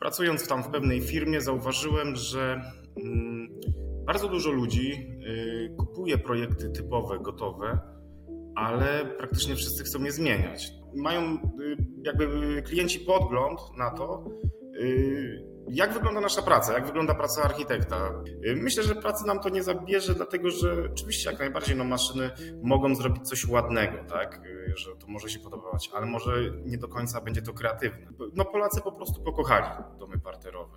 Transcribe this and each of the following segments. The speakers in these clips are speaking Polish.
Pracując tam w pewnej firmie, zauważyłem, że bardzo dużo ludzi kupuje projekty typowe, gotowe, ale praktycznie wszyscy chcą je zmieniać. Mają jakby klienci podgląd na to, jak wygląda nasza praca, jak wygląda praca architekta. Myślę, że pracy nam to nie zabierze, dlatego że oczywiście jak najbardziej maszyny mogą zrobić coś ładnego, tak? Że to może się podobać, ale może nie do końca będzie to kreatywne. Polacy po prostu pokochali domy parterowe.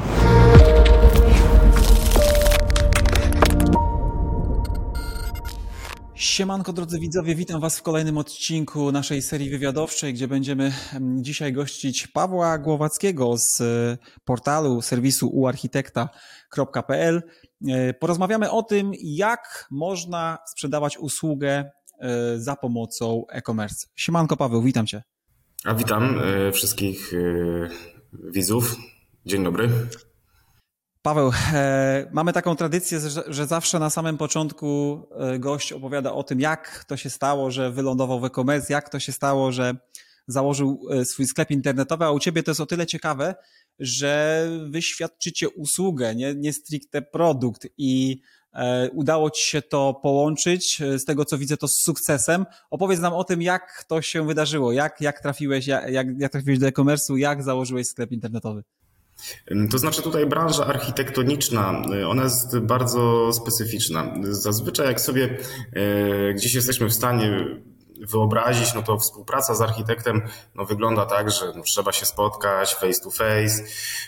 Siemanko drodzy widzowie, witam Was w kolejnym odcinku naszej serii wywiadowczej, gdzie będziemy dzisiaj gościć Pawła Głowackiego z portalu serwisu uarchitekta.pl. Porozmawiamy o tym, jak można sprzedawać usługę za pomocą e-commerce. Siemanko Paweł, witam Cię. A witam wszystkich widzów. Dzień dobry. Paweł, mamy taką tradycję, że zawsze na samym początku gość opowiada o tym, jak to się stało, że wylądował w e-commerce, jak to się stało, że założył swój sklep internetowy, a u Ciebie to jest o tyle ciekawe, że Wy świadczycie usługę, nie stricte produkt i udało Ci się to połączyć, z tego co widzę to z sukcesem. Opowiedz nam o tym, jak to się wydarzyło, jak trafiłeś do e-commerce'u, jak założyłeś sklep internetowy. To znaczy tutaj branża architektoniczna, ona jest bardzo specyficzna. Zazwyczaj jak sobie gdzieś jesteśmy w stanie wyobrazić, to współpraca z architektem wygląda tak, że trzeba się spotkać face to face.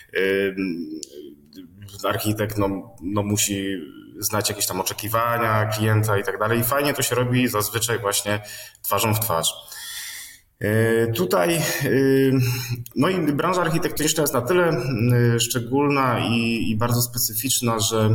Architekt musi znać jakieś tam oczekiwania klienta i tak dalej. I fajnie to się robi zazwyczaj właśnie twarzą w twarz. Tutaj i branża architektoniczna jest na tyle szczególna i bardzo specyficzna, że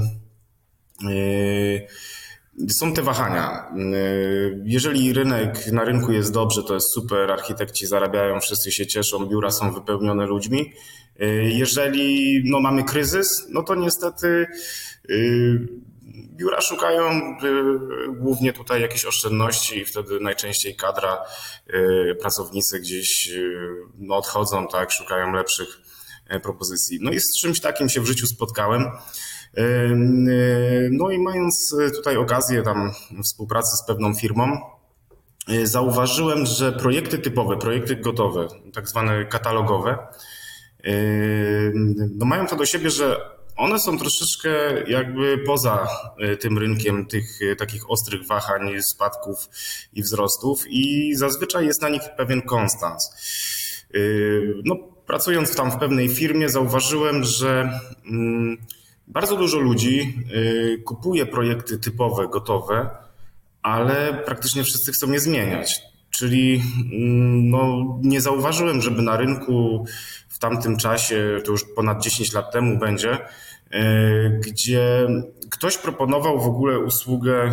są te wahania. Jeżeli na rynku jest dobrze, to jest super, architekci zarabiają, wszyscy się cieszą, biura są wypełnione ludźmi. Jeżeli mamy kryzys, to niestety biura szukają głównie tutaj jakichś oszczędności i wtedy najczęściej kadra, pracownicy gdzieś odchodzą, tak, szukają lepszych propozycji. I z czymś takim się w życiu spotkałem. I mając tutaj okazję tam współpracy z pewną firmą, zauważyłem, że projekty typowe, projekty gotowe, tak zwane katalogowe, mają to do siebie, że one są troszeczkę jakby poza tym rynkiem tych takich ostrych wahań, spadków i wzrostów i zazwyczaj jest na nich pewien konstans. Pracując tam w pewnej firmie, zauważyłem, że bardzo dużo ludzi kupuje projekty typowe, gotowe, ale praktycznie wszyscy chcą je zmieniać. Czyli nie zauważyłem, żeby na rynku w tamtym czasie, to już ponad 10 lat temu będzie, gdzie ktoś proponował w ogóle usługę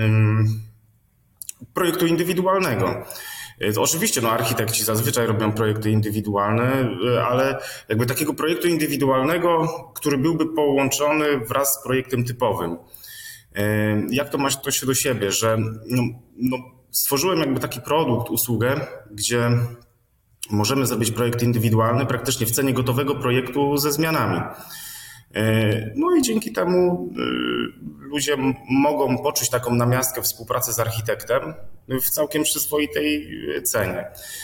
projektu indywidualnego. To oczywiście architekci zazwyczaj robią projekty indywidualne, ale jakby takiego projektu indywidualnego, który byłby połączony wraz z projektem typowym. Jak to ma to się do siebie, że stworzyłem jakby taki produkt, usługę, gdzie możemy zrobić projekt indywidualny praktycznie w cenie gotowego projektu ze zmianami. I dzięki temu ludzie mogą poczuć taką namiastkę współpracy z architektem w całkiem przyzwoitej cenie.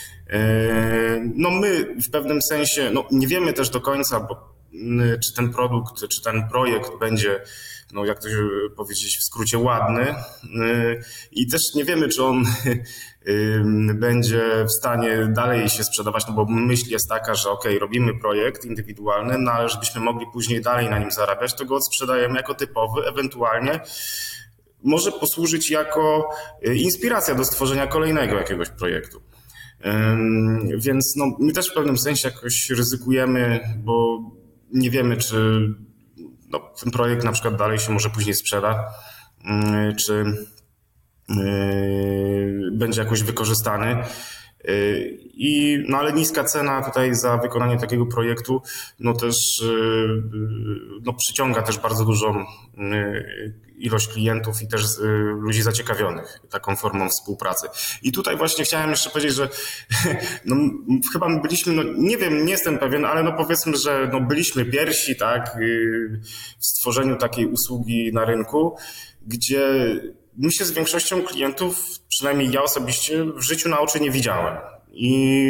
My w pewnym sensie nie wiemy też do końca, czy ten produkt, czy ten projekt będzie, jak to powiedzieć w skrócie, ładny i też nie wiemy, czy on będzie w stanie dalej się sprzedawać, bo myśl jest taka, że robimy projekt indywidualny, ale żebyśmy mogli później dalej na nim zarabiać, to go odsprzedajemy jako typowy, ewentualnie może posłużyć jako inspiracja do stworzenia kolejnego jakiegoś projektu. Więc my też w pewnym sensie jakoś ryzykujemy, bo nie wiemy, czy ten projekt na przykład dalej się może później sprzeda, czy będzie jakoś wykorzystany. Ale niska cena tutaj za wykonanie takiego projektu no też no przyciąga też bardzo dużą ilość klientów i też ludzi zaciekawionych taką formą współpracy. I tutaj właśnie chciałem jeszcze powiedzieć, że no, chyba my byliśmy, no nie wiem, nie jestem pewien, ale no powiedzmy, że no byliśmy pierwsi, tak, w stworzeniu takiej usługi na rynku, gdzie my się z większością klientów, przynajmniej ja osobiście, w życiu na oczy nie widziałem. I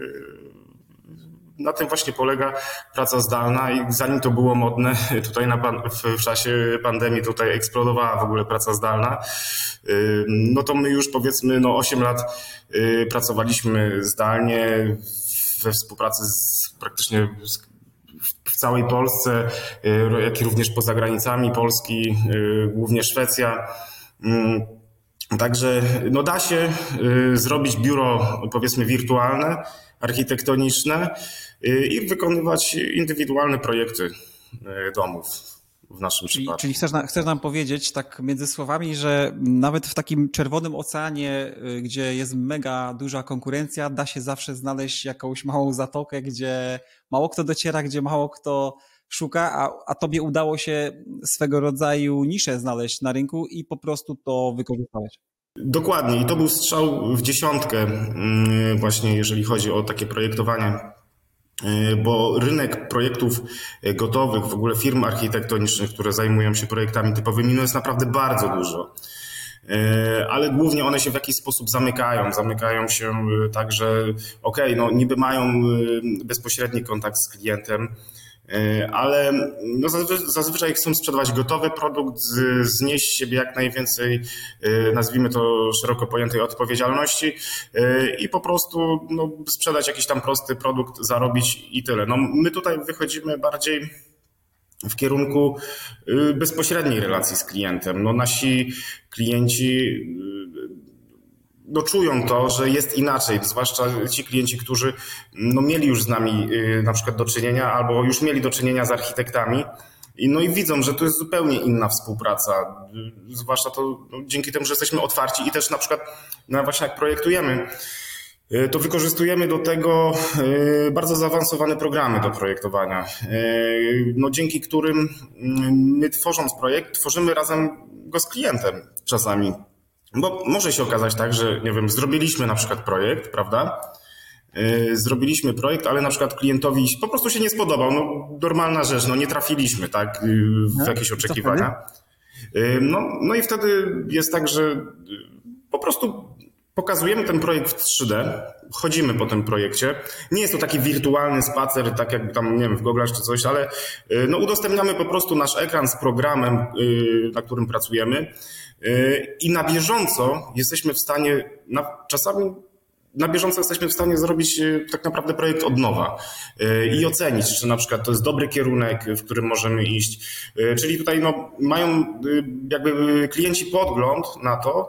na tym właśnie polega praca zdalna i zanim to było modne, tutaj w czasie pandemii tutaj eksplodowała w ogóle praca zdalna, no to my już powiedzmy 8 lat pracowaliśmy zdalnie we współpracy praktycznie w całej Polsce, jak i również poza granicami Polski, głównie Szwecja. Także no da się zrobić biuro powiedzmy wirtualne, architektoniczne i wykonywać indywidualne projekty domów w naszym przypadku. Czyli chcesz nam powiedzieć tak między słowami, że nawet w takim czerwonym oceanie, gdzie jest mega duża konkurencja, da się zawsze znaleźć jakąś małą zatokę, gdzie mało kto dociera, gdzie mało kto szuka, a tobie udało się swego rodzaju niszę znaleźć na rynku i po prostu to wykorzystałeś. Dokładnie i to był strzał w dziesiątkę właśnie jeżeli chodzi o takie projektowanie, bo rynek projektów gotowych, w ogóle firm architektonicznych, które zajmują się projektami typowymi, no jest naprawdę bardzo dużo. Ale głównie one się w jakiś sposób zamykają się tak, że no niby mają bezpośredni kontakt z klientem, ale no zazwyczaj chcą sprzedawać gotowy produkt, znieść z siebie jak najwięcej, nazwijmy to szeroko pojętej odpowiedzialności i po prostu no, sprzedać jakiś tam prosty produkt, zarobić i tyle. No, my tutaj wychodzimy bardziej w kierunku bezpośredniej relacji z klientem. No, nasi klienci no czują to, że jest inaczej, zwłaszcza ci klienci, którzy no mieli już z nami na przykład do czynienia albo już mieli do czynienia z architektami i widzą, że to jest zupełnie inna współpraca, zwłaszcza to no, dzięki temu, że jesteśmy otwarci i też na przykład no właśnie jak projektujemy, to wykorzystujemy do tego bardzo zaawansowane programy do projektowania, no dzięki którym my tworząc projekt, tworzymy razem go z klientem czasami. Bo może się okazać tak, że nie wiem, zrobiliśmy na przykład projekt, prawda? Zrobiliśmy projekt, ale na przykład klientowi po prostu się nie spodobał. No normalna rzecz, no nie trafiliśmy tak w jakieś oczekiwania. No i wtedy jest tak, że po prostu pokazujemy ten projekt w 3D, chodzimy po tym projekcie. Nie jest to taki wirtualny spacer, tak jak tam, nie wiem, w Google'ach czy coś, ale no udostępniamy po prostu nasz ekran z programem, na którym pracujemy i na bieżąco jesteśmy w stanie, czasami na bieżąco jesteśmy w stanie zrobić tak naprawdę projekt od nowa i ocenić, czy na przykład to jest dobry kierunek, w którym możemy iść. Czyli tutaj no, mają jakby klienci podgląd na to,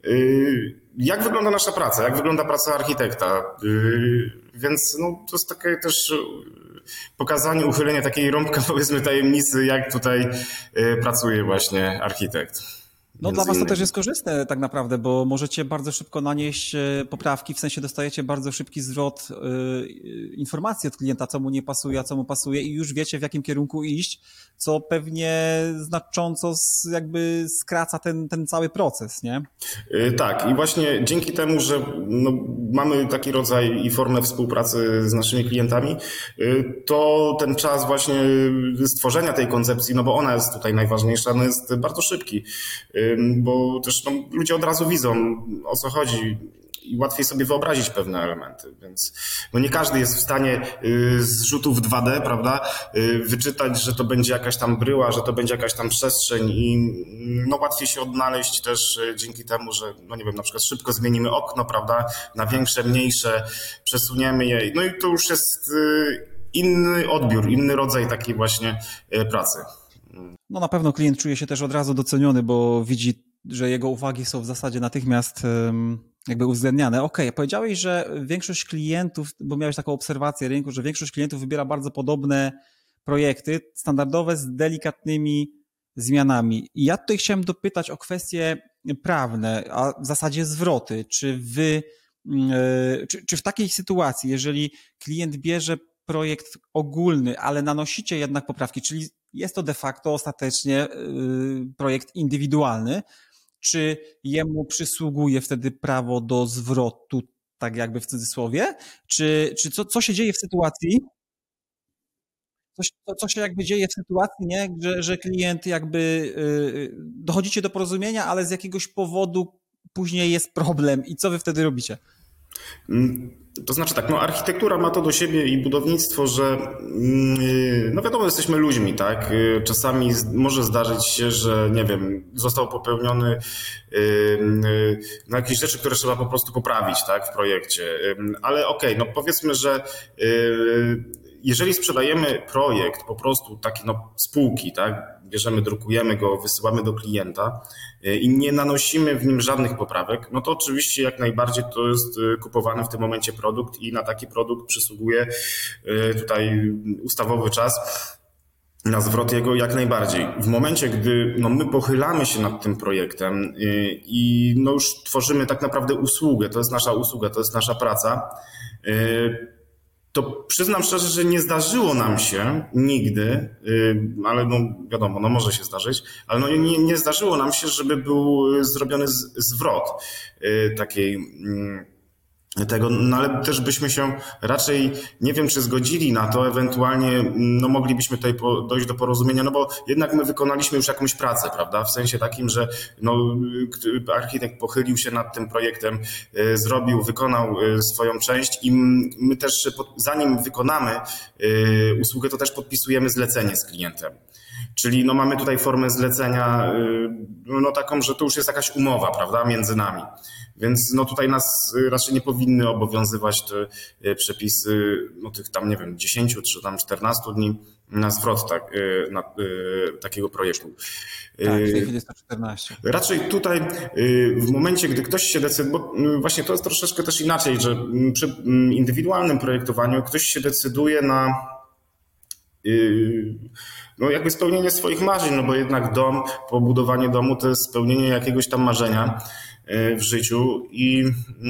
jak wygląda nasza praca, jak wygląda praca architekta. Więc no, to jest takie też pokazanie, uchylenie takiej rąbka, powiedzmy, tajemnicy, jak tutaj pracuje właśnie architekt. No dla was to też jest korzystne tak naprawdę, bo możecie bardzo szybko nanieść poprawki, w sensie dostajecie bardzo szybki zwrot informacji od klienta, co mu nie pasuje, a co mu pasuje i już wiecie, w jakim kierunku iść, co pewnie znacząco jakby skraca ten cały proces, nie? Tak i właśnie dzięki temu, że no, mamy taki rodzaj i formę współpracy z naszymi klientami, to ten czas właśnie stworzenia tej koncepcji, no bo ona jest tutaj najważniejsza, no jest bardzo szybki. Bo też no, ludzie od razu widzą, o co chodzi i łatwiej sobie wyobrazić pewne elementy, więc no nie każdy jest w stanie z rzutów 2D, prawda, wyczytać, że to będzie jakaś tam bryła, że to będzie jakaś tam przestrzeń i no łatwiej się odnaleźć też dzięki temu, że no nie wiem, na przykład szybko zmienimy okno, prawda, na większe, mniejsze, przesuniemy je, no i to już jest inny odbiór, inny rodzaj takiej właśnie pracy. No na pewno klient czuje się też od razu doceniony, bo widzi, że jego uwagi są w zasadzie natychmiast jakby uwzględniane. Okej, powiedziałeś, że większość klientów, bo miałeś taką obserwację rynku, że większość klientów wybiera bardzo podobne projekty, standardowe z delikatnymi zmianami. I ja tutaj chciałem dopytać o kwestie prawne, a w zasadzie zwroty. Czy wy Czy w takiej sytuacji, jeżeli klient bierze projekt ogólny, ale nanosicie jednak poprawki, czyli jest to de facto ostatecznie projekt indywidualny, czy jemu przysługuje wtedy prawo do zwrotu, tak jakby w cudzysłowie? Czy co się dzieje w sytuacji, co się jakby dzieje w sytuacji, nie? Że klient jakby dochodzicie do porozumienia, ale z jakiegoś powodu później jest problem i co wy wtedy robicie? To znaczy tak, no architektura ma to do siebie i budownictwo, że no wiadomo, jesteśmy ludźmi, tak? Czasami może zdarzyć się, że nie wiem, został popełniony no jakieś rzeczy, które trzeba po prostu poprawić, tak, w projekcie. Ale okej, no powiedzmy, że jeżeli sprzedajemy projekt po prostu taki no spółki, tak, bierzemy, drukujemy go, wysyłamy do klienta i nie nanosimy w nim żadnych poprawek, no to oczywiście jak najbardziej to jest kupowany w tym momencie produkt i na taki produkt przysługuje tutaj ustawowy czas na zwrot jego jak najbardziej. W momencie, gdy no, my pochylamy się nad tym projektem i no, już tworzymy tak naprawdę usługę, to jest nasza usługa, to jest nasza praca, to przyznam szczerze, że nie zdarzyło nam się nigdy, ale no wiadomo, no może się zdarzyć, ale no nie zdarzyło nam się, żeby był zrobiony zwrot takiej tego, no ale też byśmy się raczej, nie wiem czy zgodzili na to, ewentualnie no moglibyśmy tutaj dojść do porozumienia, no bo jednak my wykonaliśmy już jakąś pracę, prawda, w sensie takim, że no architekt pochylił się nad tym projektem, wykonał swoją część i my też zanim wykonamy usługę, to też podpisujemy zlecenie z klientem. Czyli no mamy tutaj formę zlecenia no taką, że to już jest jakaś umowa, prawda, między nami. Więc no tutaj nas raczej nie powinny obowiązywać te przepisy no tych tam, nie wiem, 10 czy tam 14 dni na zwrot takiego projektu. Tak, w tej chwili jest to 14. Raczej tutaj w momencie, gdy ktoś się decyduje, bo właśnie to jest troszeczkę też inaczej, że przy indywidualnym projektowaniu ktoś się decyduje na no jakby spełnienie swoich marzeń, no bo jednak pobudowanie domu to jest spełnienie jakiegoś tam marzenia w życiu i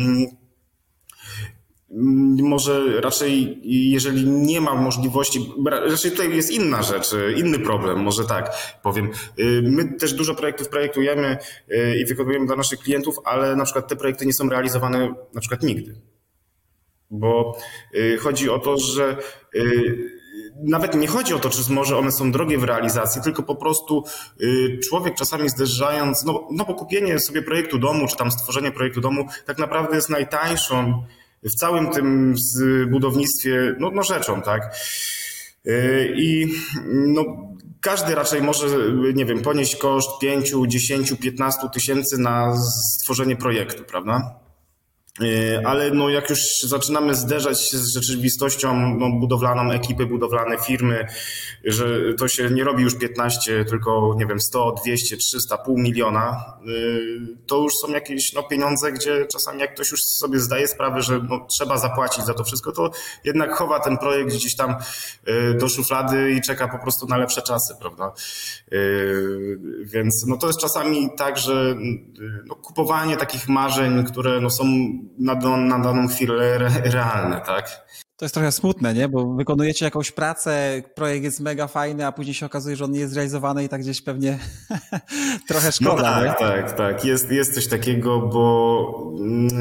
może raczej jeżeli nie ma możliwości, raczej tutaj jest inna rzecz, inny problem, może tak powiem. My też dużo projektów projektujemy i wykonujemy dla naszych klientów, ale na przykład te projekty nie są realizowane na przykład nigdy. Bo chodzi o to, że nawet nie chodzi o to, czy może one są drogie w realizacji, tylko po prostu człowiek czasami zderzając, no bo kupienie sobie projektu domu, czy tam stworzenie projektu domu tak naprawdę jest najtańszą w całym tym budownictwie no rzeczą, tak? I no każdy raczej może, nie wiem, ponieść koszt 5, 10, 15 tysięcy na stworzenie projektu, prawda? Ale no jak już zaczynamy zderzać się z rzeczywistością no budowlaną, ekipy budowlane, firmy, że to się nie robi już 15, tylko nie wiem 100, 200, 300, pół miliona, to już są jakieś no pieniądze, gdzie czasami jak ktoś już sobie zdaje sprawę, że no, trzeba zapłacić za to wszystko, to jednak chowa ten projekt gdzieś tam do szuflady i czeka po prostu na lepsze czasy, prawda? Więc no to jest czasami tak, że no, kupowanie takich marzeń, które no, są na daną chwilę realne, tak? To jest trochę smutne, nie? Bo wykonujecie jakąś pracę, projekt jest mega fajny, a później się okazuje, że on nie jest zrealizowany i tak gdzieś pewnie trochę szkoda. No tak. Jest coś takiego, bo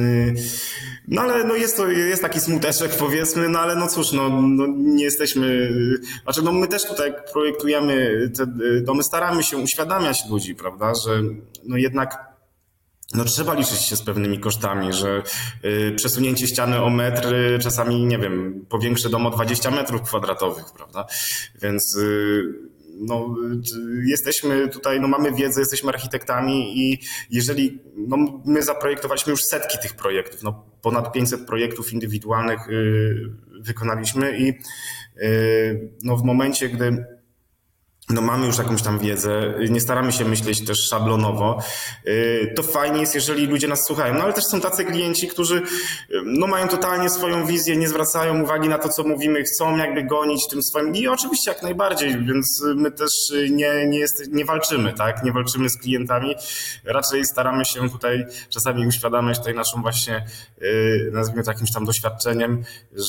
no ale no jest taki smuteczek powiedzmy, no ale no cóż, no nie jesteśmy, znaczy no my też tutaj jak projektujemy te domy, staramy się uświadamiać ludzi, prawda, że no jednak no trzeba liczyć się z pewnymi kosztami, że przesunięcie ściany o metr czasami, nie wiem, powiększy dom o 20 metrów kwadratowych, prawda? Więc no jesteśmy tutaj, no mamy wiedzę, jesteśmy architektami i jeżeli, no my zaprojektowaliśmy już setki tych projektów, no ponad 500 projektów indywidualnych wykonaliśmy i no w momencie, gdy no mamy już jakąś tam wiedzę, nie staramy się myśleć też szablonowo, to fajnie jest, jeżeli ludzie nas słuchają. No ale też są tacy klienci, którzy no mają totalnie swoją wizję, nie zwracają uwagi na to, co mówimy, chcą jakby gonić tym swoim i oczywiście jak najbardziej, więc my też nie walczymy, tak? Nie walczymy z klientami, raczej staramy się tutaj czasami uświadamiać tutaj naszą właśnie, nazwijmy to jakimś tam doświadczeniem,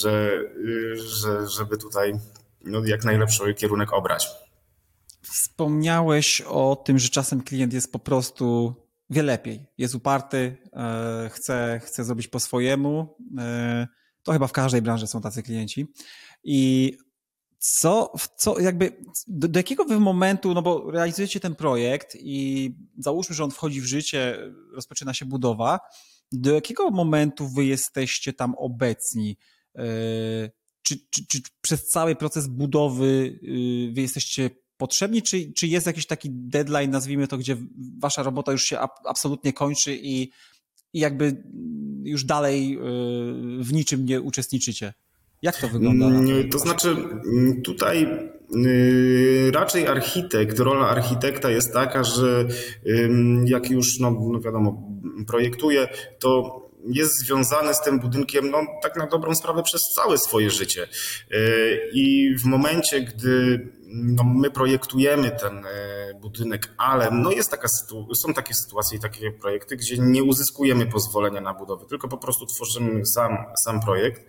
żeby tutaj no, jak najlepszy kierunek obrać. Wspomniałeś o tym, że czasem klient jest po prostu wie lepiej, jest uparty, chce zrobić po swojemu. To chyba w każdej branży są tacy klienci. I co jakby, do jakiego wy momentu, no bo realizujecie ten projekt i załóżmy, że on wchodzi w życie, rozpoczyna się budowa, do jakiego momentu wy jesteście tam obecni? Czy przez cały proces budowy wy jesteście potrzebni, czy jest jakiś taki deadline, nazwijmy to, gdzie wasza robota już się absolutnie kończy i jakby już dalej w niczym nie uczestniczycie? Jak to wygląda? To znaczy tutaj raczej rola architekta jest taka, że jak już no wiadomo projektuje, to jest związany z tym budynkiem no tak na dobrą sprawę przez całe swoje życie. I w momencie, gdy no, my projektujemy ten budynek, ale no są takie sytuacje i takie projekty, gdzie nie uzyskujemy pozwolenia na budowę, tylko po prostu tworzymy sam projekt.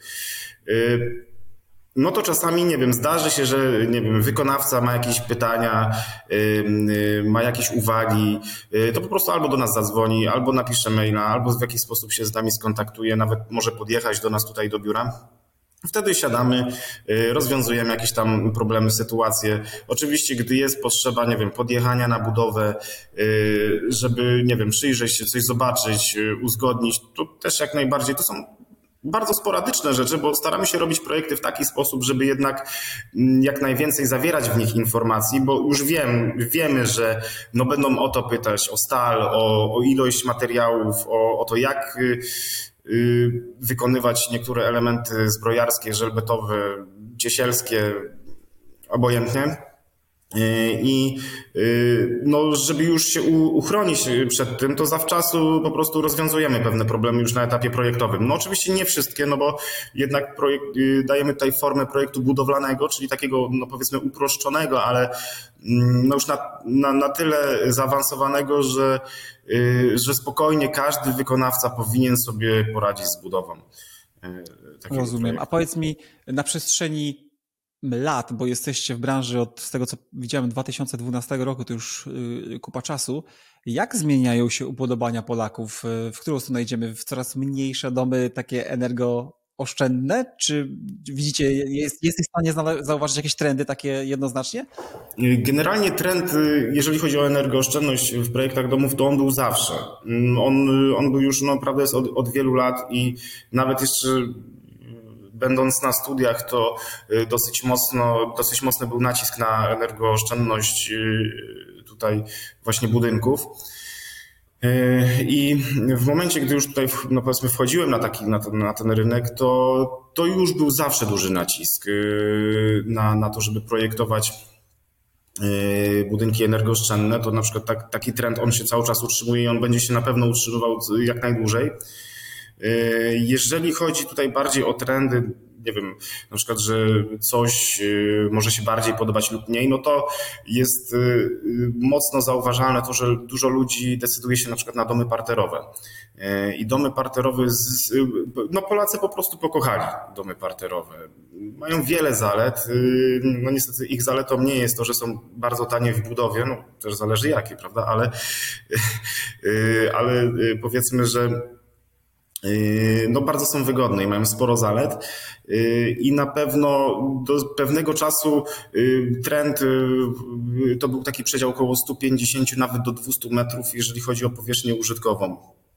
No to czasami, nie wiem, zdarzy się, że nie wiem, wykonawca ma jakieś pytania, ma jakieś uwagi, to po prostu albo do nas zadzwoni, albo napisze maila, albo w jakiś sposób się z nami skontaktuje, nawet może podjechać do nas tutaj do biura. Wtedy siadamy, rozwiązujemy jakieś tam problemy, sytuacje. Oczywiście, gdy jest potrzeba, nie wiem, podjechania na budowę, żeby, nie wiem, przyjrzeć się, coś zobaczyć, uzgodnić, to też jak najbardziej to są bardzo sporadyczne rzeczy, bo staramy się robić projekty w taki sposób, żeby jednak jak najwięcej zawierać w nich informacji, bo już wiemy, że no będą o to pytać, o stal, o ilość materiałów, o to jak wykonywać niektóre elementy zbrojarskie, żelbetowe, ciesielskie, obojętnie. I no, żeby już się uchronić przed tym, to zawczasu po prostu rozwiązujemy pewne problemy już na etapie projektowym. No oczywiście nie wszystkie, no bo jednak dajemy tutaj formę projektu budowlanego, czyli takiego no powiedzmy uproszczonego, ale no już na tyle zaawansowanego, że spokojnie każdy wykonawca powinien sobie poradzić z budową. Rozumiem. Projektu. A powiedz mi, na przestrzeni lat, bo jesteście w branży z tego co widziałem 2012 roku, to już kupa czasu. Jak zmieniają się upodobania Polaków? W którą stronę idziemy? W coraz mniejsze domy takie energooszczędne? Czy widzicie, jesteś w stanie zauważyć jakieś trendy takie jednoznacznie? Generalnie trend, jeżeli chodzi o energooszczędność w projektach domów, to on był zawsze. On był już naprawdę jest od wielu lat i nawet jeszcze będąc na studiach, to dosyć mocny był nacisk na energooszczędność tutaj właśnie budynków. I w momencie, gdy już tutaj no powiedzmy wchodziłem na ten rynek, to już był zawsze duży nacisk na to, żeby projektować budynki energooszczędne. To na przykład taki trend, on się cały czas utrzymuje i on będzie się na pewno utrzymywał jak najdłużej. Jeżeli chodzi tutaj bardziej o trendy, nie wiem, na przykład, że coś może się bardziej podobać lub mniej, no to jest mocno zauważalne to, że dużo ludzi decyduje się na przykład na domy parterowe. I domy parterowe, no Polacy po prostu pokochali domy parterowe. Mają wiele zalet. No niestety ich zaletą nie jest to, że są bardzo tanie w budowie, no też zależy jakie, prawda, ale powiedzmy, że no bardzo są wygodne i mają sporo zalet i na pewno do pewnego czasu trend to był taki przedział około 150 nawet do 200 metrów, jeżeli chodzi o powierzchnię użytkową.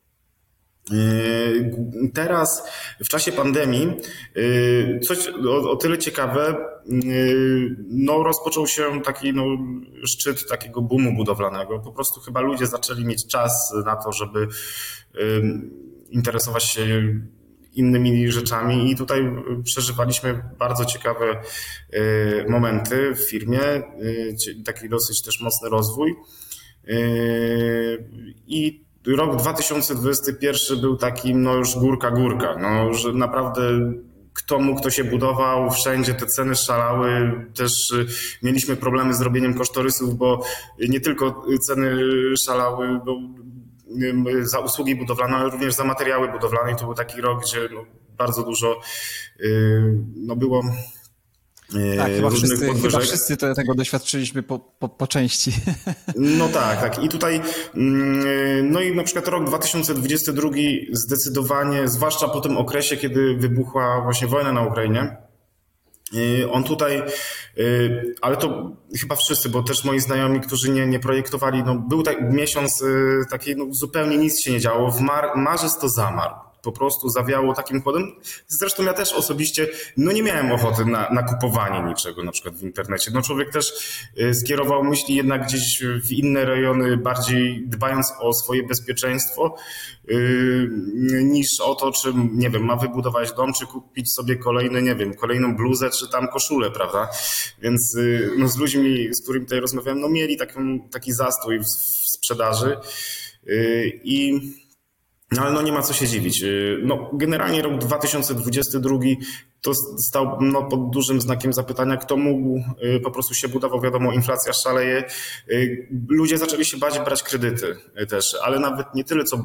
Teraz w czasie pandemii coś o tyle ciekawe, no rozpoczął się taki szczyt takiego boomu budowlanego. Po prostu chyba ludzie zaczęli mieć czas na to, żeby interesować się innymi rzeczami i tutaj przeżywaliśmy bardzo ciekawe momenty w firmie, taki dosyć też mocny rozwój i rok 2021 był takim no już górka, no, że naprawdę kto się budował, wszędzie te ceny szalały, też mieliśmy problemy z robieniem kosztorysów, bo nie tylko ceny szalały za usługi budowlane, ale również za materiały budowlane i to był taki rok, gdzie no, bardzo dużo no, było tak, chyba wszyscy tego doświadczyliśmy po części. No tak. I tutaj, no i na przykład rok 2022 zdecydowanie, zwłaszcza po tym okresie, kiedy wybuchła właśnie wojna na Ukrainie, on tutaj, ale to chyba wszyscy, bo też moi znajomi, którzy nie projektowali, no był miesiąc taki, no zupełnie nic się nie działo, marzec to zamarł. Po prostu zawiało takim chłodem. Zresztą ja też osobiście no nie miałem ochoty na kupowanie niczego, na przykład w internecie. No człowiek też skierował myśli jednak gdzieś w inne rejony, bardziej dbając o swoje bezpieczeństwo, niż o to, czy nie wiem, ma wybudować dom, czy kupić sobie kolejną bluzę, czy tam koszulę, prawda? Więc no z ludźmi, z którymi tutaj rozmawiałem, no mieli taki zastój w sprzedaży ale no nie ma co się dziwić. No, generalnie rok 2022 to stał no, pod dużym znakiem zapytania, kto mógł, po prostu się budował, wiadomo, inflacja szaleje. Ludzie zaczęli się brać kredyty też, ale nawet nie tyle co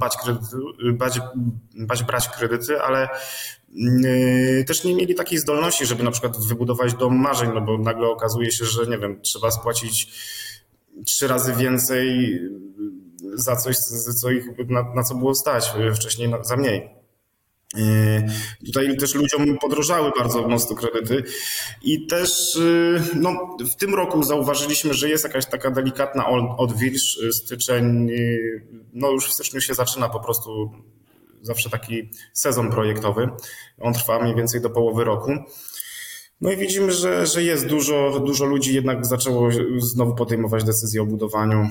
brać kredyty, ale też nie mieli takiej zdolności, żeby na przykład wybudować dom marzeń, no bo nagle okazuje się, że nie wiem, trzeba spłacić 3 razy więcej za coś, co ich, na co było stać wcześniej za mniej. Tutaj też ludziom podrożały bardzo mocno kredyty i też no, w tym roku zauważyliśmy, że jest jakaś taka delikatna odwilż, styczeń, no już w styczniu się zaczyna po prostu zawsze taki sezon projektowy, on trwa mniej więcej do połowy roku. No i widzimy, że jest dużo ludzi jednak zaczęło znowu podejmować decyzje o budowaniu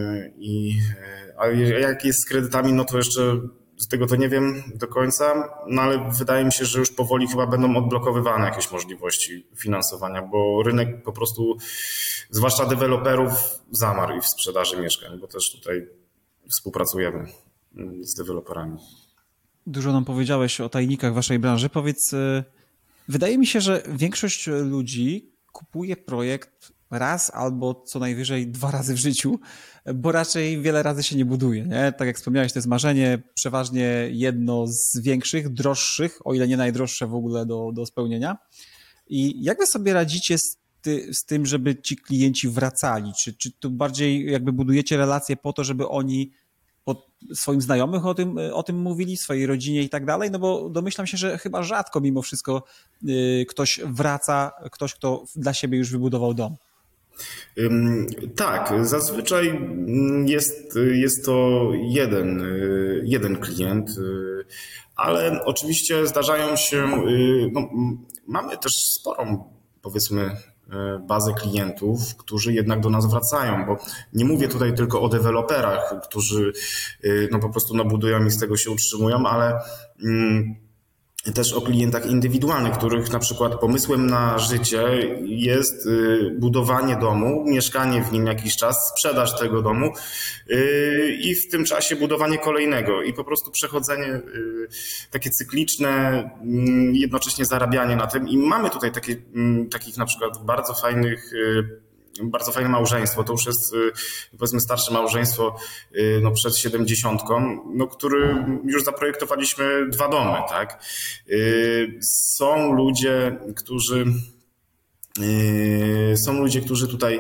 a jak jest z kredytami, no to jeszcze z tego to nie wiem do końca, no ale wydaje mi się, że już powoli chyba będą odblokowywane jakieś możliwości finansowania, bo rynek po prostu, zwłaszcza deweloperów, zamarł i w sprzedaży mieszkań, bo też tutaj współpracujemy z deweloperami. Dużo nam powiedziałeś o tajnikach waszej branży. Powiedz, wydaje mi się, że większość ludzi kupuje projekt raz albo co najwyżej 2 razy w życiu, bo raczej wiele razy się nie buduje. Nie? Tak jak wspomniałeś, to jest marzenie, przeważnie jedno z większych, droższych, o ile nie najdroższe w ogóle do spełnienia. I jak wy sobie radzicie z tym, żeby ci klienci wracali? Czy tu bardziej jakby budujecie relacje po to, żeby oni swoim znajomych o tym mówili, swojej rodzinie i tak dalej? No bo domyślam się, że chyba rzadko mimo wszystko ktoś wraca, ktoś, kto dla siebie już wybudował dom. Tak, zazwyczaj jest to jeden klient, ale oczywiście zdarzają się, no, mamy też sporą, powiedzmy, bazę klientów, którzy jednak do nas wracają, bo nie mówię tutaj tylko o deweloperach, którzy no po prostu no, budują i z tego się utrzymują, ale też o klientach indywidualnych, których na przykład pomysłem na życie jest budowanie domu, mieszkanie w nim jakiś czas, sprzedaż tego domu i w tym czasie budowanie kolejnego i po prostu przechodzenie takie cykliczne, jednocześnie zarabianie na tym i mamy tutaj takich na przykład bardzo fajne małżeństwo, to już jest powiedzmy starsze małżeństwo no przed 70, no, który już zaprojektowaliśmy 2 domy, tak? Są ludzie, którzy tutaj,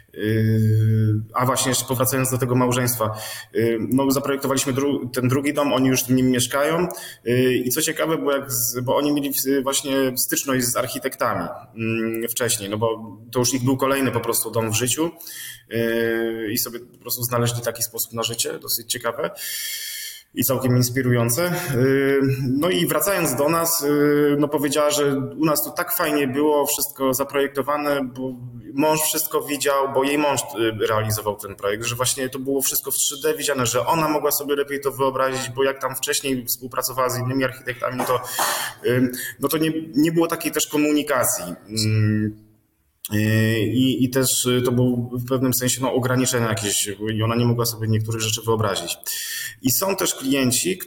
a właśnie jeszcze powracając do tego małżeństwa, no zaprojektowaliśmy ten drugi dom, oni już w nim mieszkają i co ciekawe, bo oni mieli właśnie styczność z architektami wcześniej, no bo to już ich był kolejny po prostu dom w życiu i sobie po prostu znaleźli taki sposób na życie, dosyć ciekawe. i całkiem inspirujące. No i wracając do nas, no powiedziała, że u nas to tak fajnie było, wszystko zaprojektowane, bo mąż wszystko widział, bo jej mąż realizował ten projekt, że właśnie to było wszystko w 3D widziane, że ona mogła sobie lepiej to wyobrazić, bo jak tam wcześniej współpracowała z innymi architektami, no to nie było takiej też komunikacji. I też to było w pewnym sensie ograniczenia jakieś i ona nie mogła sobie niektórych rzeczy wyobrazić. I są też klienci,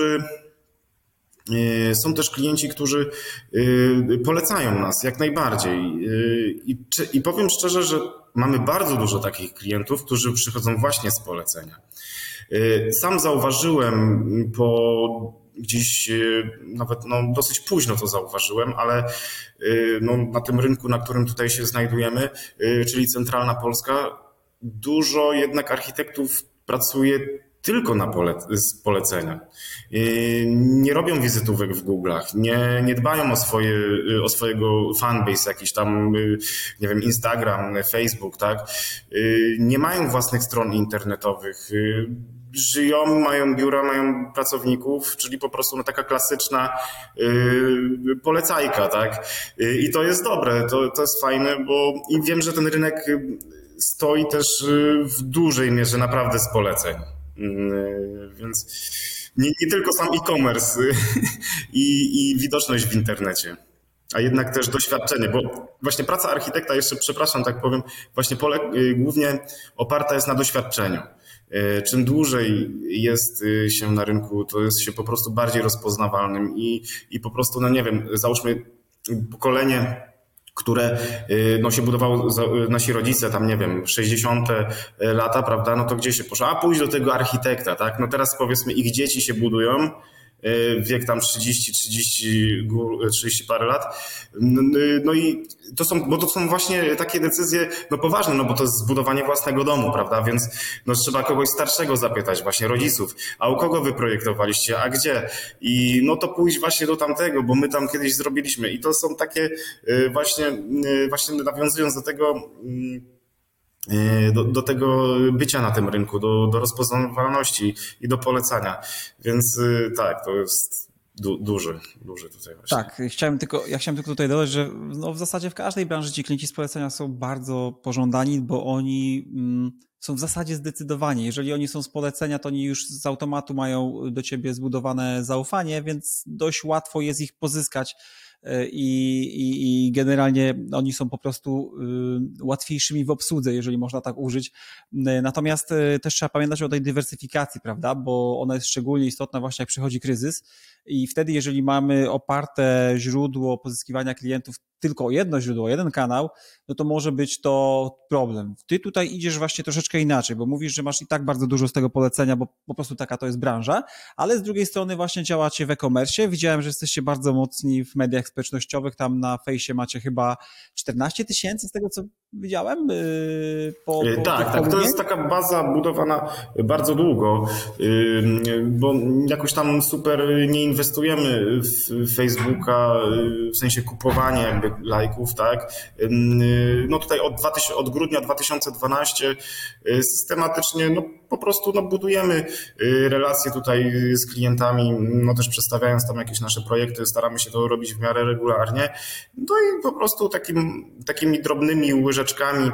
którzy polecają nas jak najbardziej. I powiem szczerze, że mamy bardzo dużo takich klientów, którzy przychodzą właśnie z polecenia. Sam zauważyłem gdzieś nawet dosyć późno to zauważyłem, ale na tym rynku, na którym tutaj się znajdujemy, czyli centralna Polska, dużo jednak architektów pracuje tylko z polecenia. Nie robią wizytówek w Google'ach, nie dbają o swojego fanbase, jakiś tam, nie wiem, Instagram, Facebook, tak? Nie mają własnych stron internetowych. Żyją, mają biura, mają pracowników, czyli po prostu taka klasyczna polecajka, tak? I to jest dobre, to jest fajne, bo i wiem, że ten rynek stoi też w dużej mierze naprawdę z poleceń. Więc nie tylko sam e-commerce i widoczność w internecie, a jednak też doświadczenie, bo właśnie praca architekta, jeszcze przepraszam, tak powiem, właśnie głównie oparta jest na doświadczeniu. Czym dłużej jest się na rynku, to jest się po prostu bardziej rozpoznawalnym i po prostu, no nie wiem, załóżmy pokolenie, które się budowało, nasi rodzice tam, nie wiem, 60. lata, prawda, no to gdzie się poszło? A pójść do tego architekta, tak? No teraz powiedzmy ich dzieci się budują, wiek tam 30 parę lat. No i to są właśnie takie decyzje poważne, no bo to jest zbudowanie własnego domu, prawda? Więc trzeba kogoś starszego zapytać, właśnie rodziców, a u kogo wy projektowaliście, a gdzie? I to pójść właśnie do tamtego, bo my tam kiedyś zrobiliśmy. I to są takie właśnie nawiązując do tego, do tego bycia na tym rynku, do rozpoznawalności i do polecania. Więc tak, to jest duży tutaj właśnie. Tak, chciałem tylko tutaj dodać, że w zasadzie w każdej branży ci klienci z polecenia są bardzo pożądani, bo oni są w zasadzie zdecydowani. Jeżeli oni są z polecenia, to oni już z automatu mają do ciebie zbudowane zaufanie, więc dość łatwo jest ich pozyskać. I generalnie oni są po prostu łatwiejszymi w obsłudze, jeżeli można tak użyć. Natomiast też trzeba pamiętać o tej dywersyfikacji, prawda, bo ona jest szczególnie istotna właśnie jak przychodzi kryzys i wtedy, jeżeli mamy oparte źródło pozyskiwania klientów tylko o jedno źródło, jeden kanał, no to może być to problem. Ty tutaj idziesz właśnie troszeczkę inaczej, bo mówisz, że masz i tak bardzo dużo z tego polecenia, bo po prostu taka to jest branża, ale z drugiej strony właśnie działacie w e-commerce. Widziałem, że jesteście bardzo mocni w mediach społecznościowych, tam na fejsie macie chyba 14 000 z tego, co widziałem. Tak, to jest taka baza budowana bardzo długo, bo jakoś tam super nie inwestujemy w Facebooka, w sensie kupowania jakby lajków, tak. No tutaj od grudnia 2012 systematycznie po prostu budujemy relacje tutaj z klientami, też przedstawiając tam jakieś nasze projekty, staramy się to robić w miarę regularnie, no i po prostu takimi drobnymi łyżeczkami,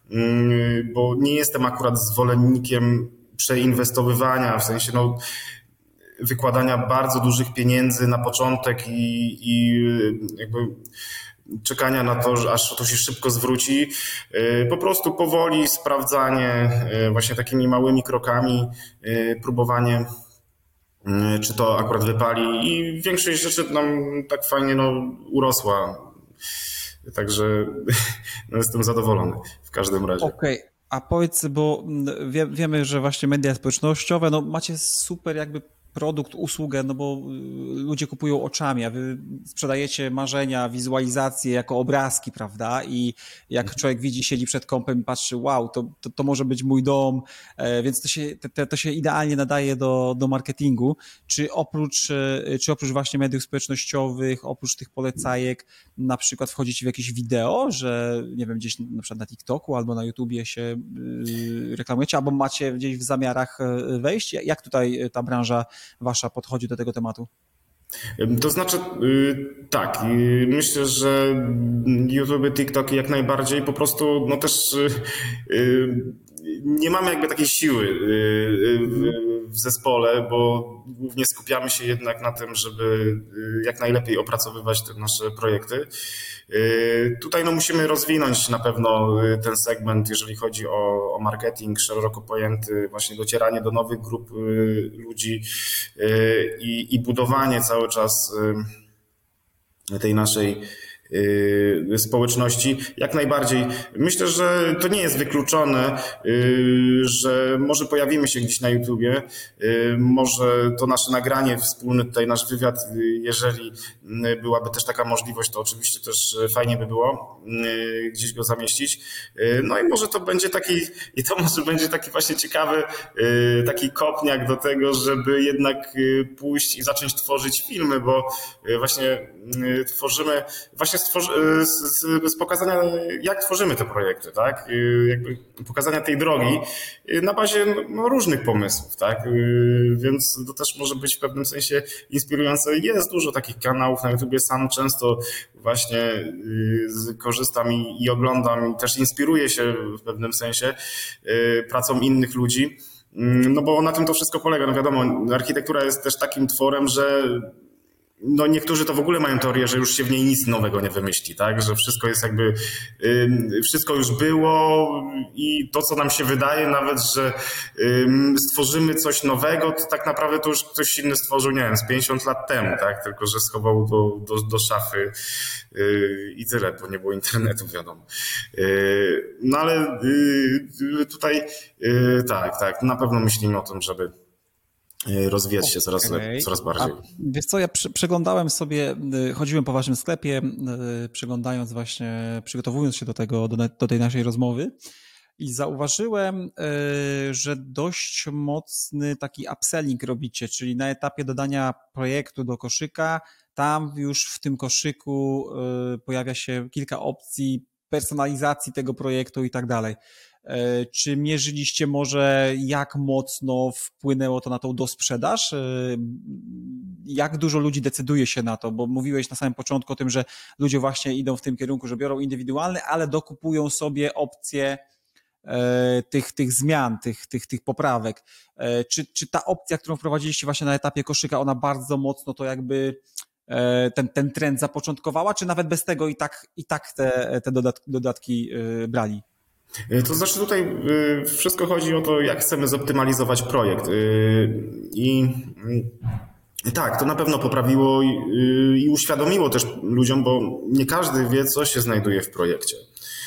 bo nie jestem akurat zwolennikiem przeinwestowywania, w sensie wykładania bardzo dużych pieniędzy na początek i jakby czekania na to, aż to się szybko zwróci. Po prostu powoli sprawdzanie właśnie takimi małymi krokami, próbowanie, czy to akurat wypali i większość rzeczy nam tak fajnie urosła. Także jestem zadowolony w każdym razie. Okej. A powiedz, bo wiemy, że właśnie media społecznościowe, macie super jakby produkt, usługę, bo ludzie kupują oczami, a wy sprzedajecie marzenia, wizualizacje jako obrazki, prawda? I jak człowiek widzi, siedzi przed kompem i patrzy, wow, to może być mój dom, więc to się idealnie nadaje do marketingu. Czy oprócz właśnie mediów społecznościowych, oprócz tych polecajek, na przykład wchodzicie w jakieś wideo, że nie wiem, gdzieś na przykład na TikToku albo na YouTubie się reklamujecie, albo macie gdzieś w zamiarach wejść? Jak tutaj ta branża wasza podchodzi do tego tematu? To znaczy, tak, myślę, że YouTube, TikTok jak najbardziej po prostu, no też nie mamy jakby takiej siły w zespole, bo głównie skupiamy się jednak na tym, żeby jak najlepiej opracowywać te nasze projekty. Tutaj no musimy rozwinąć na pewno ten segment, jeżeli chodzi o marketing szeroko pojęty, właśnie docieranie do nowych grup ludzi i budowanie cały czas tej naszej społeczności. Jak najbardziej. Myślę, że to nie jest wykluczone, że może pojawimy się gdzieś na YouTubie, może to nasze nagranie wspólne, tutaj nasz wywiad, jeżeli byłaby też taka możliwość, to oczywiście też fajnie by było gdzieś go zamieścić. No i może to będzie taki właśnie ciekawy taki kopniak do tego, żeby jednak pójść i zacząć tworzyć filmy, bo właśnie tworzymy z pokazania, jak tworzymy te projekty, tak? Jakby pokazania tej drogi na bazie różnych pomysłów, tak? Więc to też może być w pewnym sensie inspirujące. Jest dużo takich kanałów na YouTubie, sam często właśnie korzystam i oglądam i też inspiruję się w pewnym sensie pracą innych ludzi, no bo na tym to wszystko polega. No wiadomo, architektura jest też takim tworem, że no niektórzy to w ogóle mają teorię, że już się w niej nic nowego nie wymyśli, tak? Że wszystko jest jakby, wszystko już było i to, co nam się wydaje nawet, że stworzymy coś nowego, to tak naprawdę to już ktoś inny stworzył, nie wiem, z 50 lat temu, tak? Tylko, że schował do szafy i tyle, bo nie było internetu, wiadomo. No ale tutaj tak, na pewno myślimy o tym, żeby rozwijać się coraz bardziej. Wiesz co, ja przeglądałem sobie, chodziłem po waszym sklepie, przygotowując się do tej naszej rozmowy i zauważyłem, że dość mocny taki upselling robicie, czyli na etapie dodania projektu do koszyka, tam już w tym koszyku pojawia się kilka opcji personalizacji tego projektu i tak dalej. Czy mierzyliście może, jak mocno wpłynęło to na tą dosprzedaż? Jak dużo ludzi decyduje się na to? Bo mówiłeś na samym początku o tym, że ludzie właśnie idą w tym kierunku, że biorą indywidualne, ale dokupują sobie opcje tych zmian, tych poprawek. Czy ta opcja, którą wprowadziliście właśnie na etapie koszyka, ona bardzo mocno to jakby ten trend zapoczątkowała, czy nawet bez tego i tak te dodatki brali? To znaczy tutaj wszystko chodzi o to, jak chcemy zoptymalizować projekt. I tak, to na pewno poprawiło i uświadomiło też ludziom, bo nie każdy wie, co się znajduje w projekcie.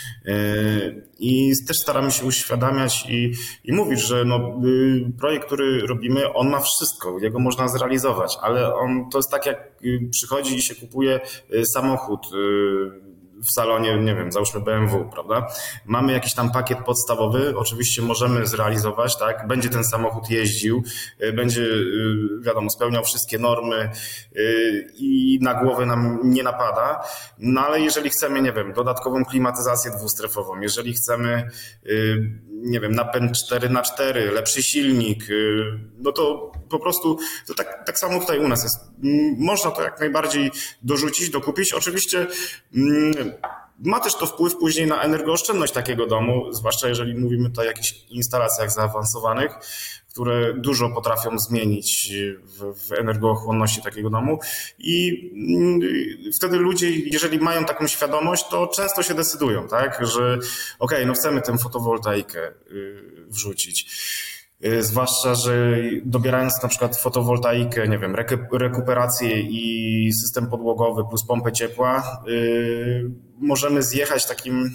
I też staramy się uświadamiać i mówić, że projekt, który robimy, on ma wszystko, jego można zrealizować, ale to jest tak, jak przychodzi i się kupuje samochód w salonie, nie wiem, załóżmy BMW, prawda? Mamy jakiś tam pakiet podstawowy, oczywiście możemy zrealizować, tak? Będzie ten samochód jeździł, będzie, wiadomo, spełniał wszystkie normy i na głowę nam nie napada, no ale jeżeli chcemy, nie wiem, dodatkową klimatyzację dwustrefową, jeżeli chcemy, nie wiem, napęd 4x4, lepszy silnik, no to po prostu to tak samo tutaj u nas jest. Można to jak najbardziej dorzucić, dokupić. Oczywiście ma też to wpływ później na energooszczędność takiego domu, zwłaszcza jeżeli mówimy tutaj o jakichś instalacjach zaawansowanych, które dużo potrafią zmienić w energochłonności takiego domu i wtedy ludzie, jeżeli mają taką świadomość, to często się decydują, tak, że okej, no chcemy tę fotowoltaikę wrzucić. Zwłaszcza, że dobierając na przykład fotowoltaikę, nie wiem, rekuperację i system podłogowy plus pompę ciepła, możemy zjechać takim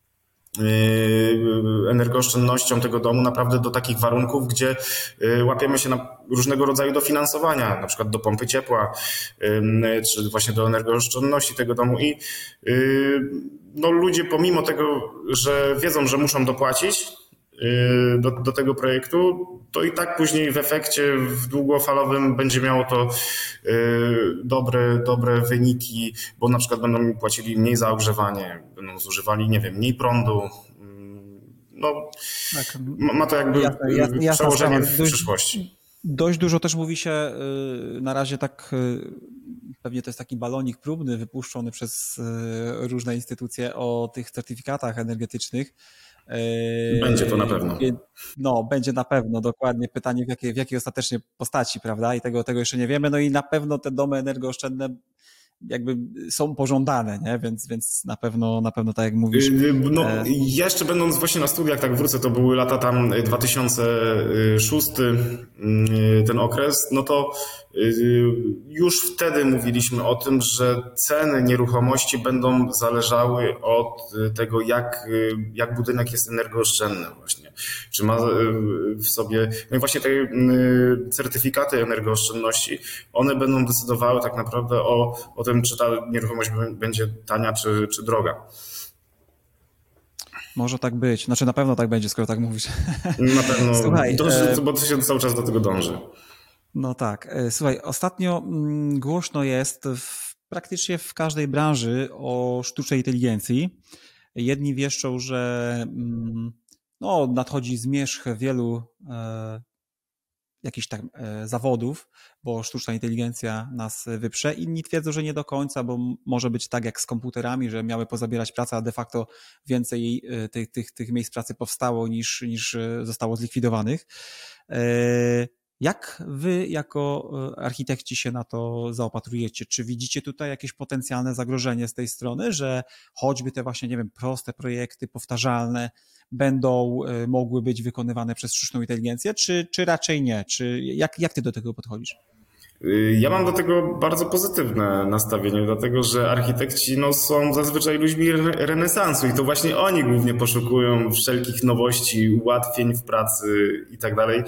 energooszczędnością tego domu naprawdę do takich warunków, gdzie łapiemy się na różnego rodzaju dofinansowania, na przykład do pompy ciepła, czy właśnie do energooszczędności tego domu i no, ludzie pomimo tego, że wiedzą, że muszą dopłacić do tego projektu, to i tak później w efekcie w długofalowym będzie miało to dobre wyniki, bo na przykład będą mi płacili mniej za ogrzewanie, będą zużywali, nie wiem, mniej prądu. No, tak. Ma to jakby przełożenie w przyszłości. Dość dużo też mówi się na razie tak, pewnie to jest taki balonik próbny wypuszczony przez różne instytucje o tych certyfikatach energetycznych. Będzie to na pewno. No, będzie na pewno, dokładnie. Pytanie w jakiej ostatecznie postaci, prawda? I tego jeszcze nie wiemy. No i na pewno te domy energooszczędne jakby są pożądane, nie? Więc na pewno tak jak mówisz. No, ja jeszcze będąc właśnie na studiach, tak wrócę, to były lata tam 2006, ten okres, no to już wtedy mówiliśmy o tym, że ceny nieruchomości będą zależały od tego, jak budynek jest energooszczędny właśnie. Czy ma w sobie, no i właśnie te certyfikaty energooszczędności, one będą decydowały tak naprawdę o tym, czy ta nieruchomość będzie tania, czy droga. Może tak być. Znaczy na pewno tak będzie, skoro tak mówisz. Na pewno, słuchaj, bo to się cały czas do tego dąży. No tak. Słuchaj, ostatnio głośno jest praktycznie w każdej branży o sztucznej inteligencji. Jedni wieszczą, że no, nadchodzi zmierzch wielu jakichś tak zawodów, bo sztuczna inteligencja nas wyprze. Inni twierdzą, że nie do końca, bo może być tak jak z komputerami, że miały pozabierać pracę, a de facto więcej tych miejsc pracy powstało niż zostało zlikwidowanych. Jak wy jako architekci się na to zaopatrujecie? Czy widzicie tutaj jakieś potencjalne zagrożenie z tej strony, że choćby te właśnie, nie wiem, proste projekty powtarzalne będą mogły być wykonywane przez sztuczną inteligencję, czy raczej nie? Czy jak ty do tego podchodzisz? Ja mam do tego bardzo pozytywne nastawienie, dlatego że architekci są zazwyczaj ludźmi renesansu i to właśnie oni głównie poszukują wszelkich nowości, ułatwień w pracy i tak dalej.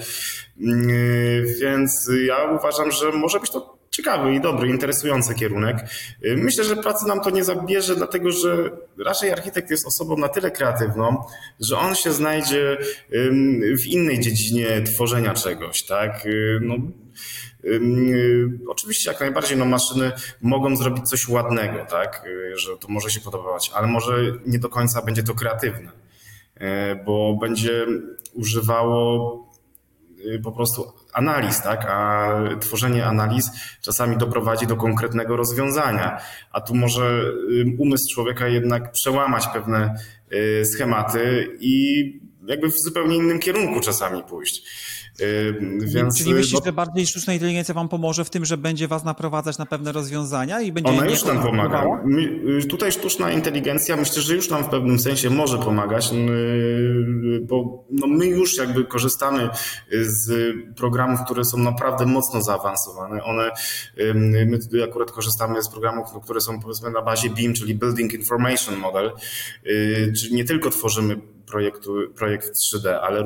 Więc ja uważam, że może być to ciekawy i dobry, interesujący kierunek. Myślę, że pracy nam to nie zabierze, dlatego że raczej architekt jest osobą na tyle kreatywną, że on się znajdzie w innej dziedzinie tworzenia czegoś, tak? No, oczywiście jak najbardziej maszyny mogą zrobić coś ładnego, tak, że to może się podobać, ale może nie do końca będzie to kreatywne, bo będzie używało po prostu analiz, tak, a tworzenie analiz czasami doprowadzi do konkretnego rozwiązania, a tu może umysł człowieka jednak przełamać pewne schematy i jakby w zupełnie innym kierunku czasami pójść. Więc, czyli myślisz, że bardziej sztuczna inteligencja wam pomoże w tym, że będzie was naprowadzać na pewne rozwiązania i będzie... Ona już nam pomaga. Tutaj sztuczna inteligencja myślę, że już nam w pewnym sensie może pomagać, bo my już jakby korzystamy z programów, które są naprawdę mocno zaawansowane. My akurat korzystamy z programów, które są powiedzmy na bazie BIM, czyli Building Information Model, czyli nie tylko tworzymy projekt w 3D, ale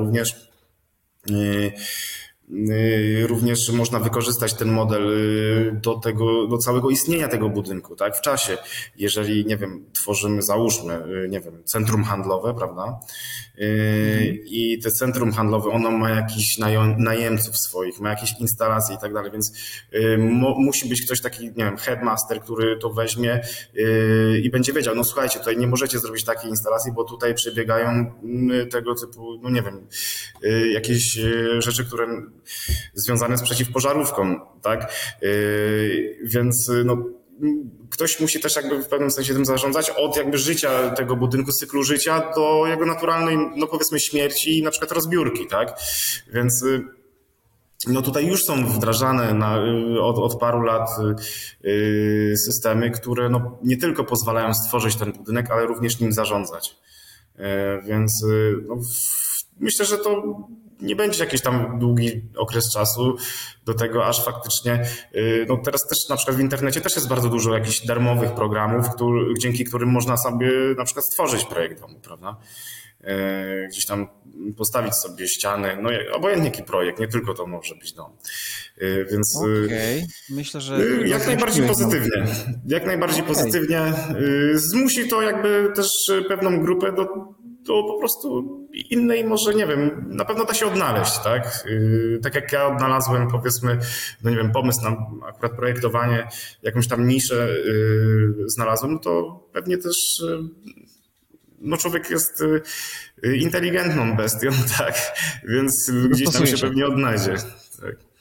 również można wykorzystać ten model do całego istnienia tego budynku, tak, w czasie. Jeżeli, nie wiem, tworzymy, załóżmy, nie wiem, centrum handlowe, prawda? I te centrum handlowe, ono ma jakichś najemców swoich, ma jakieś instalacje i tak dalej, więc musi być ktoś taki, nie wiem, headmaster, który to weźmie i będzie wiedział, no słuchajcie, tutaj nie możecie zrobić takiej instalacji, bo tutaj przebiegają tego typu, no nie wiem, jakieś rzeczy, które związane z przeciwpożarówką, tak? Więc ktoś musi też jakby w pewnym sensie tym zarządzać od jakby życia tego budynku, cyklu życia do jego naturalnej, powiedzmy śmierci i na przykład rozbiórki, tak? Więc tutaj już są wdrażane od paru lat systemy, które nie tylko pozwalają stworzyć ten budynek, ale również nim zarządzać. Więc myślę, że to nie będzie jakiś tam długi okres czasu do tego, aż faktycznie, teraz też na przykład w internecie też jest bardzo dużo jakichś darmowych programów, dzięki którym można sobie na przykład stworzyć projekt domu, prawda? Gdzieś tam postawić sobie ściany, obojętnie jaki projekt, nie tylko to może być dom. Więc myślę, że jak najbardziej pozytywnie. Jak najbardziej pozytywnie. Zmusi to jakby też pewną grupę do po prostu innej, może nie wiem, na pewno da się odnaleźć, tak? Tak jak ja odnalazłem, powiedzmy, nie wiem, pomysł na akurat projektowanie, jakąś tam niszę znalazłem, to pewnie też człowiek jest inteligentną bestią, tak? Więc gdzieś tam się pewnie odnajdzie. Tak.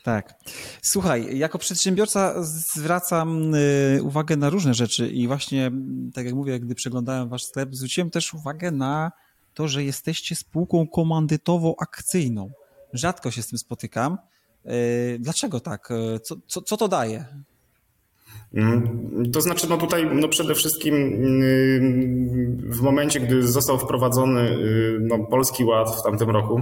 Tak. Słuchaj, jako przedsiębiorca zwracam uwagę na różne rzeczy i właśnie, tak jak mówię, gdy przeglądałem wasz sklep, zwróciłem też uwagę na to, że jesteście spółką komandytowo-akcyjną. Rzadko się z tym spotykam. Dlaczego tak? Co to daje? To znaczy, no tutaj przede wszystkim w momencie, gdy został wprowadzony Polski Ład w tamtym roku,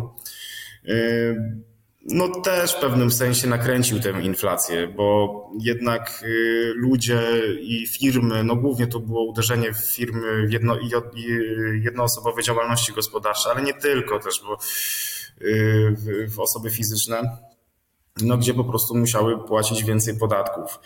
też w pewnym sensie nakręcił tę inflację, bo jednak ludzie i firmy, głównie to było uderzenie w firmy jednoosobowe działalności gospodarcze, ale nie tylko też, bo w osoby fizyczne, gdzie po prostu musiały płacić więcej podatków.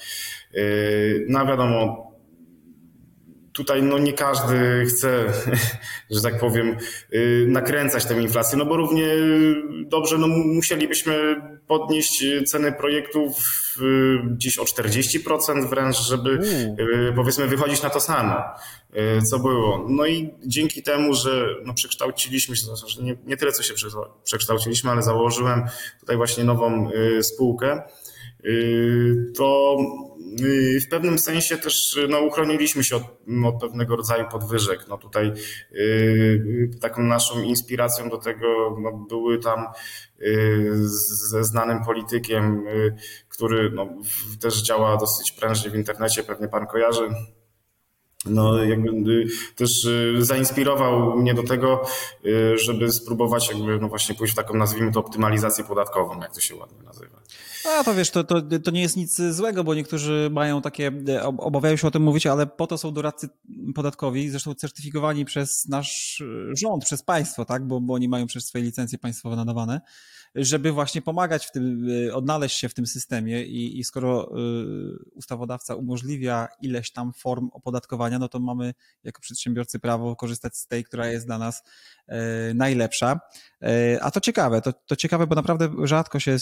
Wiadomo, tutaj nie każdy chce, że tak powiem, nakręcać tę inflację, bo równie dobrze musielibyśmy podnieść ceny projektów gdzieś o 40% wręcz, żeby powiedzmy wychodzić na to samo, co było. I dzięki temu, że przekształciliśmy się, że nie tyle co się przekształciliśmy, ale założyłem tutaj właśnie nową spółkę, to w pewnym sensie też uchroniliśmy się od pewnego rodzaju podwyżek. Tutaj taką naszą inspiracją do tego były tam ze znanym politykiem, który też działa dosyć prężnie w internecie, pewnie pan kojarzy. Jakby też zainspirował mnie do tego, żeby spróbować właśnie pójść w taką, nazwijmy to, optymalizację podatkową, jak to się ładnie nazywa. A to wiesz, to nie jest nic złego, bo niektórzy mają takie, obawiają się o tym mówić, ale po to są doradcy podatkowi, zresztą certyfikowani przez nasz rząd, przez państwo, tak, bo oni mają przez swoje licencje państwowe nadawane, żeby właśnie pomagać w tym, odnaleźć się w tym systemie i skoro ustawodawca umożliwia ileś tam form opodatkowania, to mamy jako przedsiębiorcy prawo korzystać z tej, która jest dla nas najlepsza. A to ciekawe, bo naprawdę rzadko się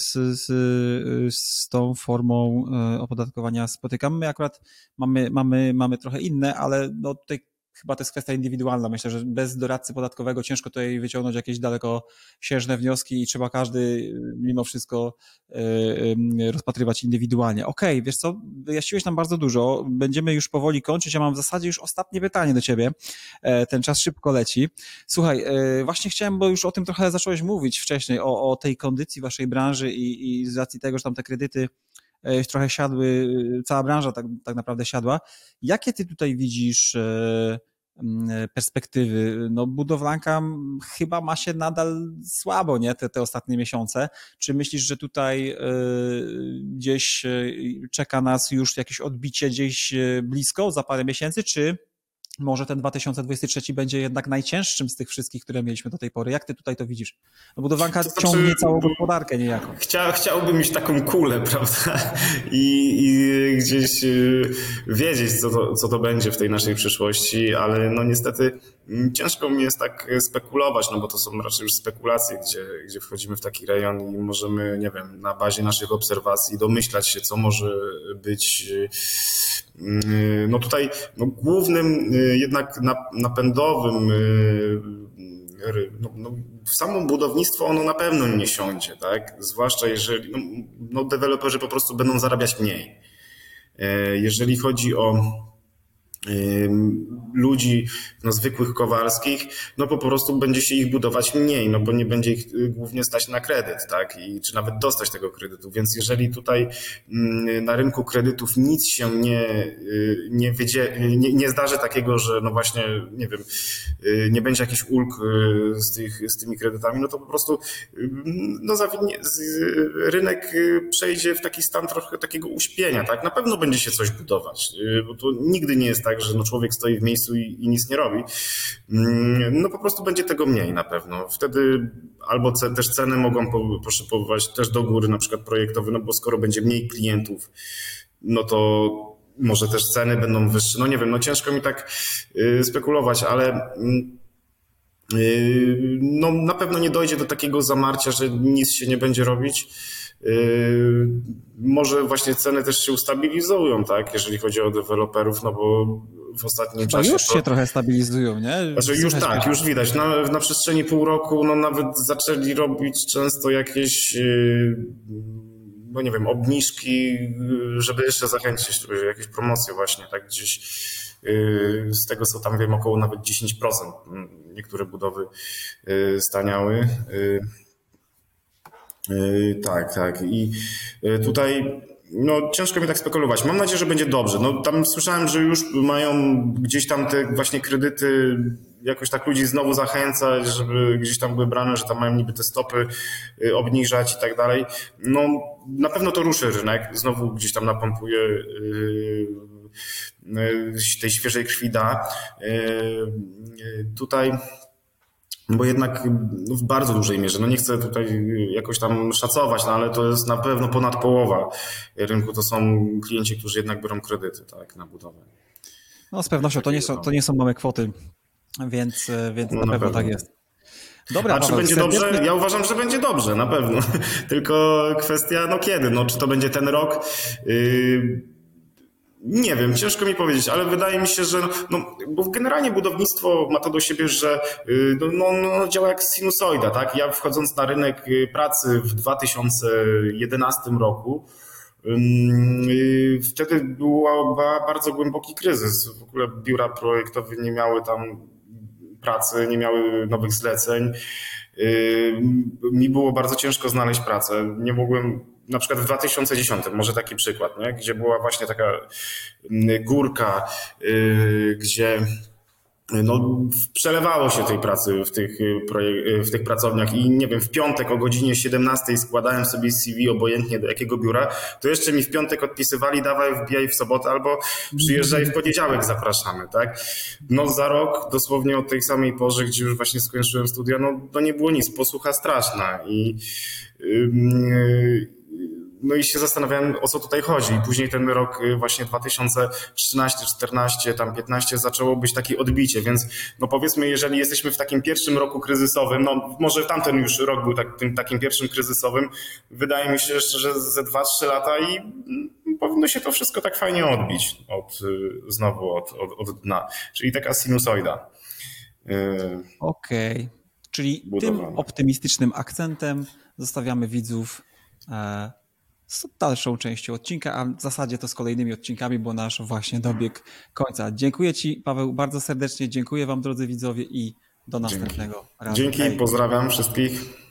z tą formą opodatkowania spotykamy. My akurat mamy trochę inne, ale tutaj chyba to jest kwestia indywidualna. Myślę, że bez doradcy podatkowego ciężko tutaj wyciągnąć jakieś dalekosiężne wnioski i trzeba każdy mimo wszystko rozpatrywać indywidualnie. Okej, wiesz co, wyjaśniłeś nam bardzo dużo. Będziemy już powoli kończyć. Ja mam w zasadzie już ostatnie pytanie do ciebie. Ten czas szybko leci. Słuchaj, właśnie chciałem, bo już o tym trochę zacząłeś mówić wcześniej, o tej kondycji waszej branży i z racji tego, że tam te kredyty trochę siadły, cała branża tak naprawdę siadła. Jakie ty tutaj widzisz perspektywy? Budowlanka chyba ma się nadal słabo, nie? Te ostatnie miesiące. Czy myślisz, że tutaj gdzieś czeka nas już jakieś odbicie gdzieś blisko, za parę miesięcy, czy może ten 2023 będzie jednak najcięższym z tych wszystkich, które mieliśmy do tej pory? Jak ty tutaj to widzisz? Budowlanka ciągnie całą gospodarkę niejako. Chciałbym mieć taką kulę, prawda? I gdzieś wiedzieć, co to będzie w tej naszej przyszłości, ale niestety ciężko mi jest tak spekulować, bo to są raczej już spekulacje, gdzie wchodzimy w taki rejon i możemy, nie wiem, na bazie naszych obserwacji domyślać się, co może być. Tutaj głównym jednak napędowym w samo budownictwo ono na pewno nie siądzie, tak? Zwłaszcza jeżeli deweloperzy po prostu będą zarabiać mniej. Jeżeli chodzi o ludzi zwykłych kowalskich, po prostu będzie się ich budować mniej, bo nie będzie ich głównie stać na kredyt, tak? Czy nawet dostać tego kredytu. Więc jeżeli tutaj na rynku kredytów nic się nie zdarzy takiego, że właśnie, nie wiem, nie będzie jakichś ulg z tymi kredytami, to po prostu rynek przejdzie w taki stan trochę takiego uśpienia, tak? Na pewno będzie się coś budować, bo to nigdy nie jest tak, że człowiek stoi w miejscu i nic nie robi. Po prostu będzie tego mniej na pewno. Wtedy albo też ceny mogą poszybować też do góry, na przykład projektowe, bo skoro będzie mniej klientów, to może też ceny będą wyższe. Nie wiem, ciężko mi tak spekulować, ale na pewno nie dojdzie do takiego zamarcia, że nic się nie będzie robić. Może właśnie ceny też się ustabilizują, tak, jeżeli chodzi o deweloperów, bo w ostatnim czasie... już się trochę stabilizują, nie? Znaczy już widać. Na przestrzeni pół roku nawet zaczęli robić często jakieś no nie wiem, obniżki, żeby jeszcze zachęcić, jakieś promocje właśnie, tak gdzieś z tego co tam wiem około nawet 10% niektóre budowy staniały. Tak. I tutaj no, ciężko mi tak spekulować. Mam nadzieję, że będzie dobrze. No, tam słyszałem, że już mają gdzieś tam te właśnie kredyty jakoś tak ludzi znowu zachęcać, żeby gdzieś tam były brane, że tam mają niby te stopy obniżać i tak dalej. No, na pewno to ruszy rynek. Znowu gdzieś tam napompuje tej świeżej krwi da. Tutaj bo jednak w bardzo dużej mierze, no nie chcę tutaj jakoś tam szacować, no ale to jest na pewno ponad połowa rynku, to są klienci, którzy jednak biorą kredyty, tak, na budowę. No z pewnością to nie są małe kwoty, więc no, na pewno tak jest. Dobra, a czy Paweł, będzie dobrze? Ja uważam, że będzie dobrze, na pewno. Tylko kwestia, no kiedy? No czy to będzie ten rok? Nie wiem, ciężko mi powiedzieć, ale wydaje mi się, że bo generalnie budownictwo ma to do siebie, że działa jak sinusoida, tak? Ja wchodząc na rynek pracy w 2011 roku, wtedy był bardzo głęboki kryzys. W ogóle biura projektowe nie miały tam pracy, nie miały nowych zleceń. Mi było bardzo ciężko znaleźć pracę. Nie mogłem. Na przykład w 2010, może taki przykład, nie? Gdzie była właśnie taka górka, gdzie przelewało się tej pracy w tych pracowniach i nie wiem, w piątek o godzinie 17 składałem sobie CV obojętnie do jakiego biura, to jeszcze mi w piątek odpisywali dawaj wbijaj w sobotę albo przyjeżdżaj w poniedziałek zapraszamy, tak? No za rok dosłownie o tej samej porze, gdzie już właśnie skończyłem studia, to nie było nic, posłucha straszna no i się zastanawiałem, o co tutaj chodzi. I później ten rok właśnie 2013, 14, tam 15 zaczęło być takie odbicie, więc powiedzmy, jeżeli jesteśmy w takim pierwszym roku kryzysowym, może tamten już rok był tym takim pierwszym kryzysowym, wydaje mi się jeszcze, że ze 2-3 lata i powinno się to wszystko tak fajnie odbić znowu od dna. Czyli taka sinusoida. Okej. Czyli budowana. Tym optymistycznym akcentem zostawiamy widzów z dalszą częścią odcinka, a w zasadzie to z kolejnymi odcinkami, bo nasz właśnie dobiegł końca. Dziękuję Ci, Paweł, bardzo serdecznie. Dziękuję Wam, drodzy widzowie, i do następnego razu. Dzięki, pozdrawiam wszystkich.